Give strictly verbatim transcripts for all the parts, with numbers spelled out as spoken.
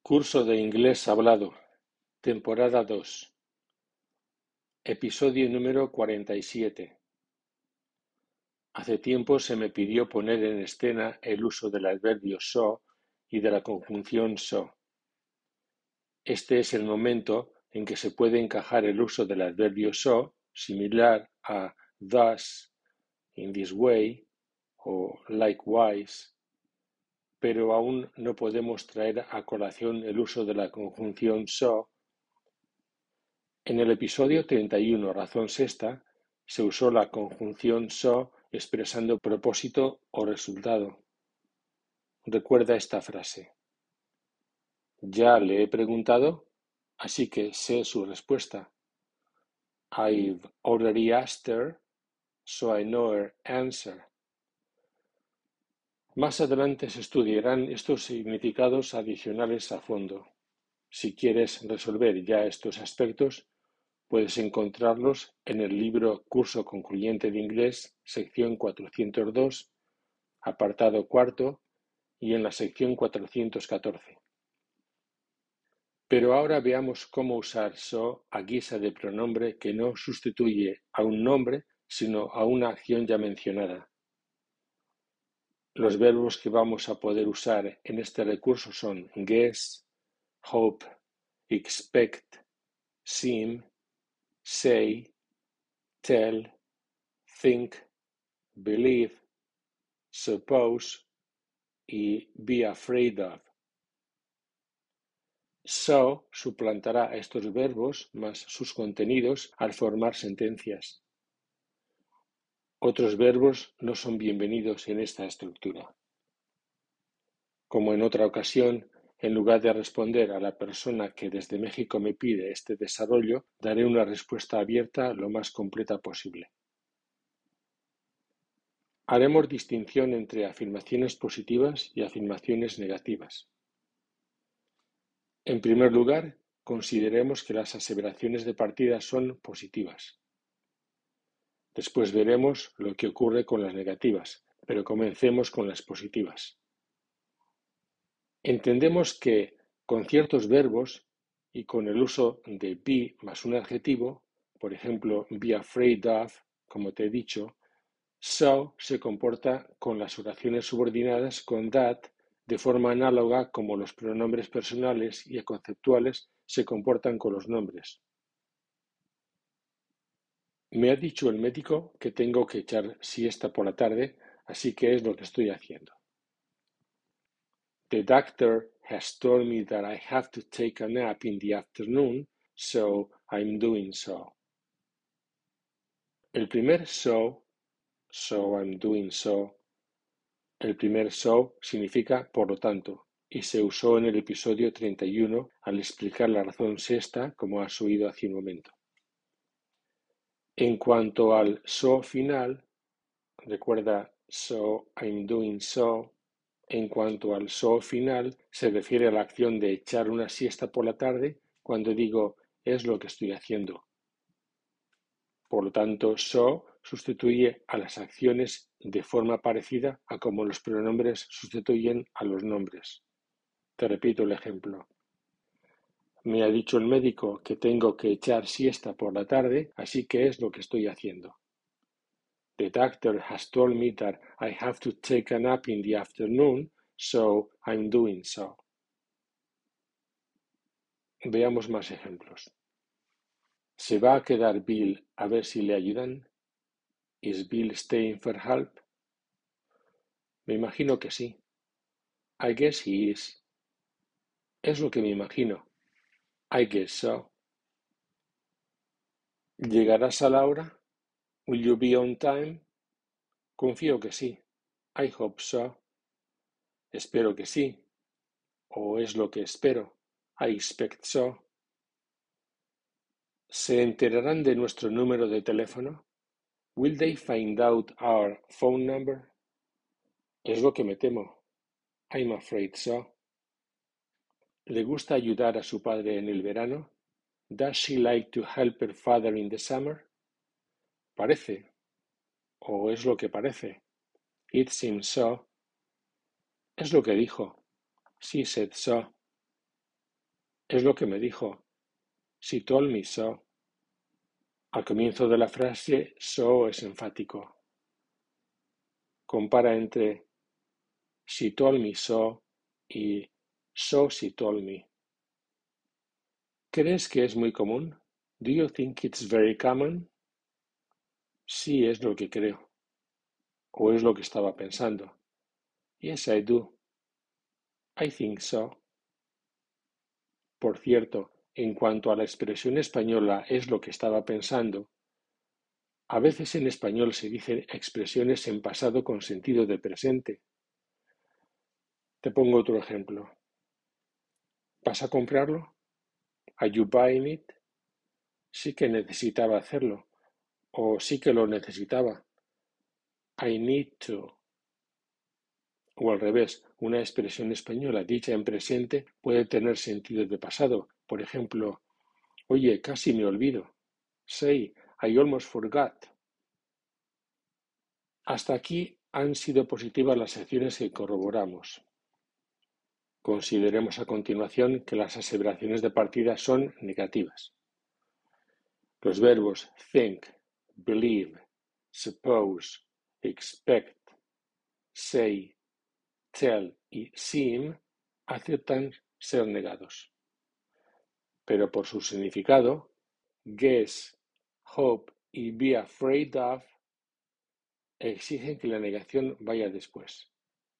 Curso de inglés hablado, temporada dos, episodio número cuarenta y siete. Hace tiempo se me pidió poner en escena el uso del adverbio so y de la conjunción so. Este es el momento en que se puede encajar el uso del adverbio so, similar a thus, in this way o likewise, pero aún no podemos traer a colación el uso de la conjunción so. En el episodio treinta y uno, razón sexta, se usó la conjunción so expresando propósito o resultado. Recuerda esta frase: ya le he preguntado, así que sé su respuesta. I've already asked her, so I know her answer. Más adelante se estudiarán estos significados adicionales a fondo. Si quieres resolver ya estos aspectos, puedes encontrarlos en el libro Curso Concluyente de Inglés, sección cuatrocientos dos, apartado cuarto, y en la sección cuatrocientos catorce. Pero ahora veamos cómo usar so a guisa de pronombre que no sustituye a un nombre, sino a una acción ya mencionada. Los verbos que vamos a poder usar en este recurso son guess, hope, expect, seem, say, tell, think, believe, suppose y be afraid of. So suplantará a estos verbos más sus contenidos al formar sentencias. Otros verbos no son bienvenidos en esta estructura. Como en otra ocasión, en lugar de responder a la persona que desde México me pide este desarrollo, daré una respuesta abierta lo más completa posible. Haremos distinción entre afirmaciones positivas y afirmaciones negativas. En primer lugar, consideremos que las aseveraciones de partida son positivas. Después veremos lo que ocurre con las negativas, pero comencemos con las positivas. Entendemos que con ciertos verbos y con el uso de be más un adjetivo, por ejemplo, be afraid of, como te he dicho, so se comporta con las oraciones subordinadas con that de forma análoga como los pronombres personales y conceptuales se comportan con los nombres. Me ha dicho el médico que tengo que echar siesta por la tarde, así que es lo que estoy haciendo. The doctor has told me that I have to take a nap in the afternoon, so I'm doing so. El primer so, so I'm doing so, el primer so significa por lo tanto, y se usó en el episodio treinta y uno al explicar la razón sexta, como has oído hace un momento. En cuanto al so final, recuerda so I'm doing so, en cuanto al so final, se refiere a la acción de echar una siesta por la tarde cuando digo es lo que estoy haciendo. Por lo tanto, so sustituye a las acciones de forma parecida a como los pronombres sustituyen a los nombres. Te repito el ejemplo. Me ha dicho el médico que tengo que echar siesta por la tarde, así que es lo que estoy haciendo. The doctor has told me that I have to take a nap in the afternoon, so I'm doing so. Veamos más ejemplos. ¿Se va a quedar Bill a ver si le ayudan? ¿Is Bill staying for help? Me imagino que sí. I guess he is. Es lo que me imagino. I guess so. ¿Llegarás a la hora? Will you be on time? Confío que sí. I hope so. Espero que sí. O es lo que espero. I expect so. ¿Se enterarán de nuestro número de teléfono? Will they find out our phone number? Es lo que me temo. I'm afraid so. ¿Le gusta ayudar a su padre en el verano? Does she like to help her father in the summer? Parece. O es lo que parece. It seems so. Es lo que dijo. She said so. Es lo que me dijo. She told me so. Al comienzo de la frase, so es enfático. Compara entre she told me so y so she told me. ¿Crees que es muy común? Do you think it's very common? Sí, es lo que creo. O es lo que estaba pensando. Yes, I do. I think so. Por cierto, en cuanto a la expresión española es lo que estaba pensando, a veces en español se dicen expresiones en pasado con sentido de presente. Te pongo otro ejemplo. ¿Vas a comprarlo? Are you buying it? Sí que necesitaba hacerlo. O sí que lo necesitaba. I need to. O al revés, una expresión española dicha en presente puede tener sentido de pasado. Por ejemplo, oye, casi me olvido. Say, I almost forgot. Hasta aquí han sido positivas las acciones que corroboramos. Consideremos a continuación que las aseveraciones de partida son negativas. Los verbos think, believe, suppose, expect, say, tell y seem aceptan ser negados. Pero por su significado, guess, hope y be afraid of exigen que la negación vaya después.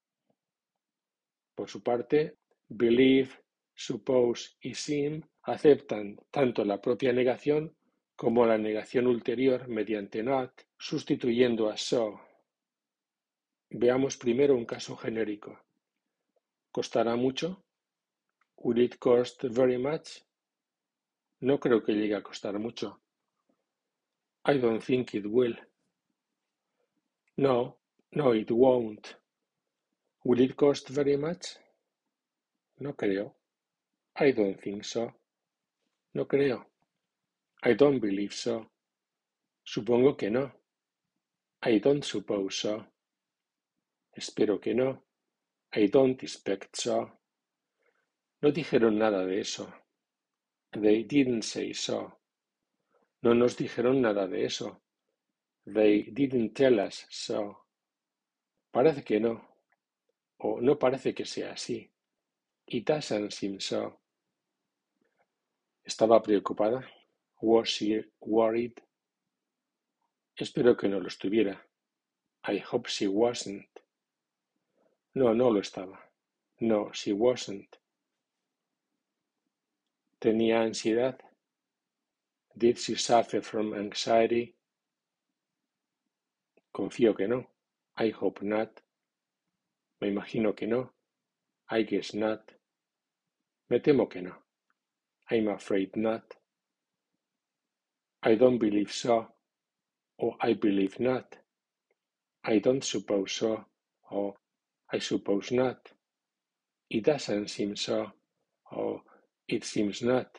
Por su parte, believe, suppose y seem aceptan tanto la propia negación como la negación ulterior mediante not, sustituyendo a so. Veamos primero un caso genérico. ¿Costará mucho? Will it cost very much? No creo que llegue a costar mucho. I don't think it will. No, no, it won't. Will it cost very much? No creo. I don't think so. No creo. I don't believe so. Supongo que no. I don't suppose so. Espero que no. I don't expect so. No dijeron nada de eso. They didn't say so. No nos dijeron nada de eso. They didn't tell us so. Parece que no. O no parece que sea así. It doesn't seem so. ¿Estaba preocupada? Was she worried? Espero que no lo estuviera. I hope she wasn't. No, no lo estaba. No, she wasn't. ¿Tenía ansiedad? Did she suffer from anxiety? Confío que no. I hope not. Me imagino que no. I guess not. Me temo que no. I'm afraid not. I don't believe so. Or I believe not. I don't suppose so. Or I suppose not. It doesn't seem so. Or it seems not.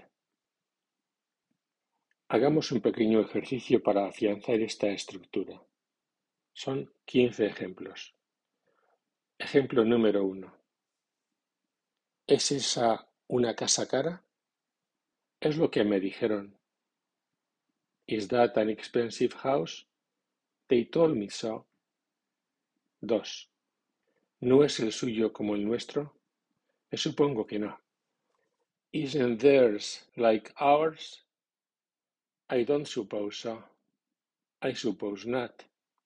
Hagamos un pequeño ejercicio para afianzar esta estructura. Son quince ejemplos. Ejemplo número uno. ¿Es esa una casa cara? Es lo que me dijeron. Is that an expensive house? They told me so. Dos. ¿No es el suyo como el nuestro? Me supongo que no. Isn't theirs like ours? I don't suppose so. I suppose not.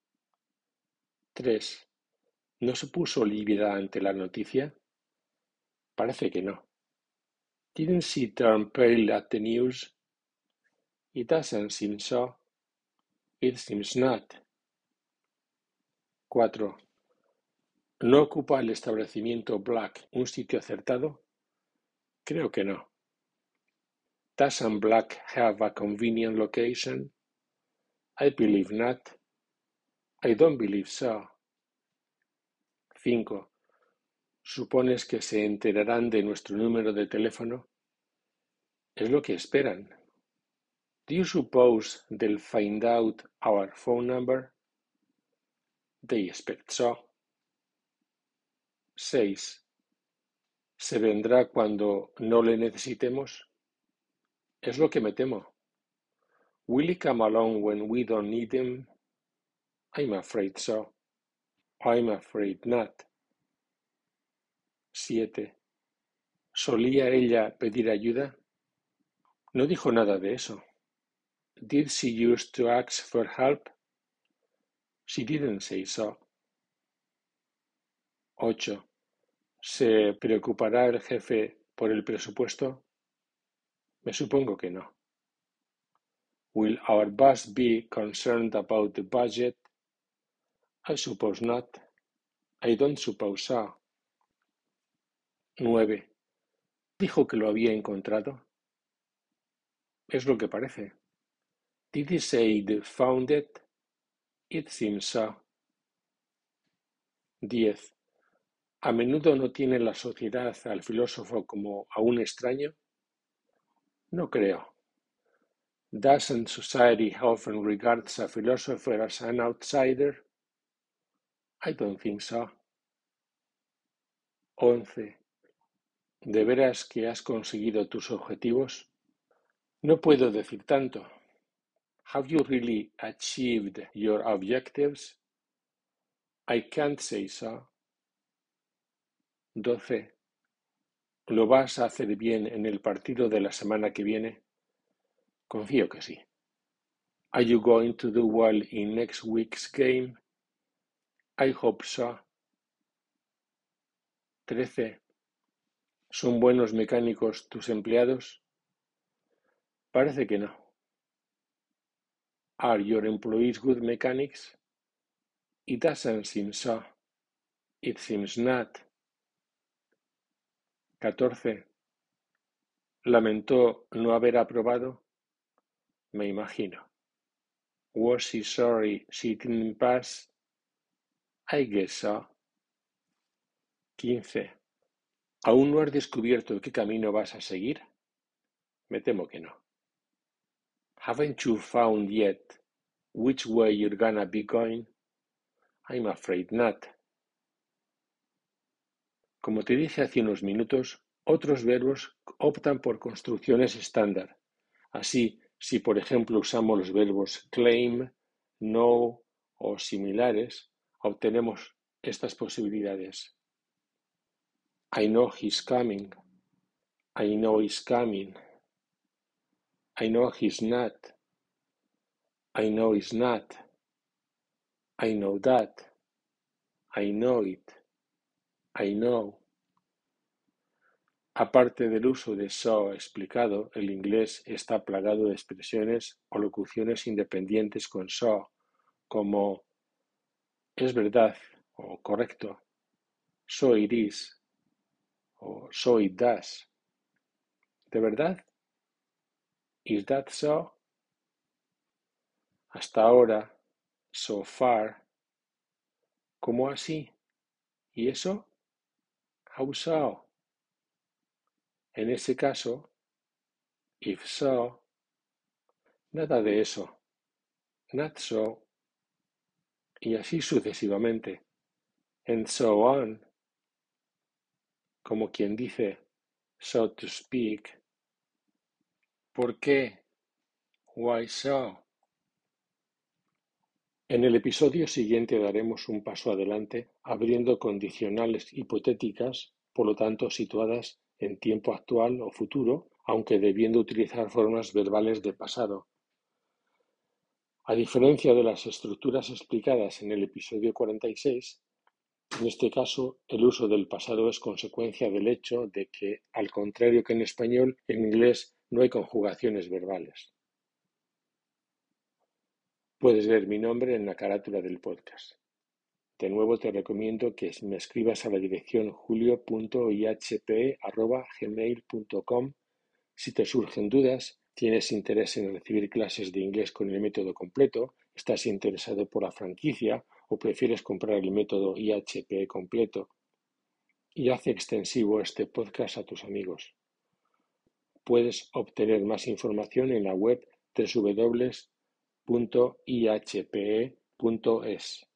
Tres. ¿No se puso lívida ante la noticia? Parece que no. Didn't she turn pale at the news? It doesn't seem so. It seems not. Cuatro. ¿No ocupa el establecimiento Black un sitio acertado? Creo que no. Doesn't Black have a convenient location? I believe not. I don't believe so. Cinco. ¿Supones que se enterarán de nuestro número de teléfono? Es lo que esperan. Do you suppose they'll find out our phone number? They expect so. Seis. ¿Se vendrá cuando no le necesitemos? Es lo que me temo. Will he come along when we don't need him? I'm afraid so. I'm afraid not. Siete. ¿Solía ella pedir ayuda? No dijo nada de eso. Did she used to ask for help? She didn't say so. Ocho. ¿Se preocupará el jefe por el presupuesto? Me supongo que no. Will our boss be concerned about the budget? I suppose not. I don't suppose so. Nueve. ¿Dijo que lo había encontrado? Es lo que parece. Did he say they found it? It seems so. Diez. ¿A menudo no tiene la sociedad al filósofo como a un extraño? No creo. Doesn't society often regard a philosopher as an outsider? I don't think so. Once. ¿De veras que has conseguido tus objetivos? No puedo decir tanto. Have you really achieved your objectives? I can't say so. Doce. ¿Lo vas a hacer bien en el partido de la semana que viene? Confío que sí. Are you going to do well in next week's game? I hope so. Trece. ¿Son buenos mecánicos tus empleados? Parece que no. Are your employees good mechanics? It doesn't seem so. It seems not. Catorce. ¿Lamentó no haber aprobado? Me imagino. Was she sorry she didn't pass? I guess so. Quince. ¿Aún no has descubierto qué camino vas a seguir? Me temo que no. Haven't you found yet which way you're gonna be going? I'm afraid not. Como te dije hace unos minutos, otros verbos optan por construcciones estándar. Así, si por ejemplo usamos los verbos claim, know o similares, obtenemos estas posibilidades. I know he's coming. I know he's coming. I know he's not. I know he's not. I know that. I know it. I know. Aparte del uso de so explicado, el inglés está plagado de expresiones o locuciones independientes con so, como es verdad o correcto, so it is o so it does. ¿De verdad? Is that so? Hasta ahora, so far. ¿Cómo así? ¿Y eso? How so? En ese caso, if so, nada de eso, not so, y así sucesivamente, and so on, como quien dice, so to speak. ¿Por qué? Why so? En el episodio siguiente daremos un paso adelante abriendo condicionales hipotéticas, por lo tanto situadas en tiempo actual o futuro, aunque debiendo utilizar formas verbales de pasado. A diferencia de las estructuras explicadas en el episodio cuarenta y seis, en este caso el uso del pasado es consecuencia del hecho de que, al contrario que en español, en inglés no hay conjugaciones verbales. Puedes ver mi nombre en la carátula del podcast. De nuevo te recomiendo que me escribas a la dirección julio punto i h p arroba gmail punto com si te surgen dudas, tienes interés en recibir clases de inglés con el método completo, estás interesado por la franquicia o prefieres comprar el método I H P E completo y hace extensivo este podcast a tus amigos. Puedes obtener más información en la web w w w punto i h p e punto es.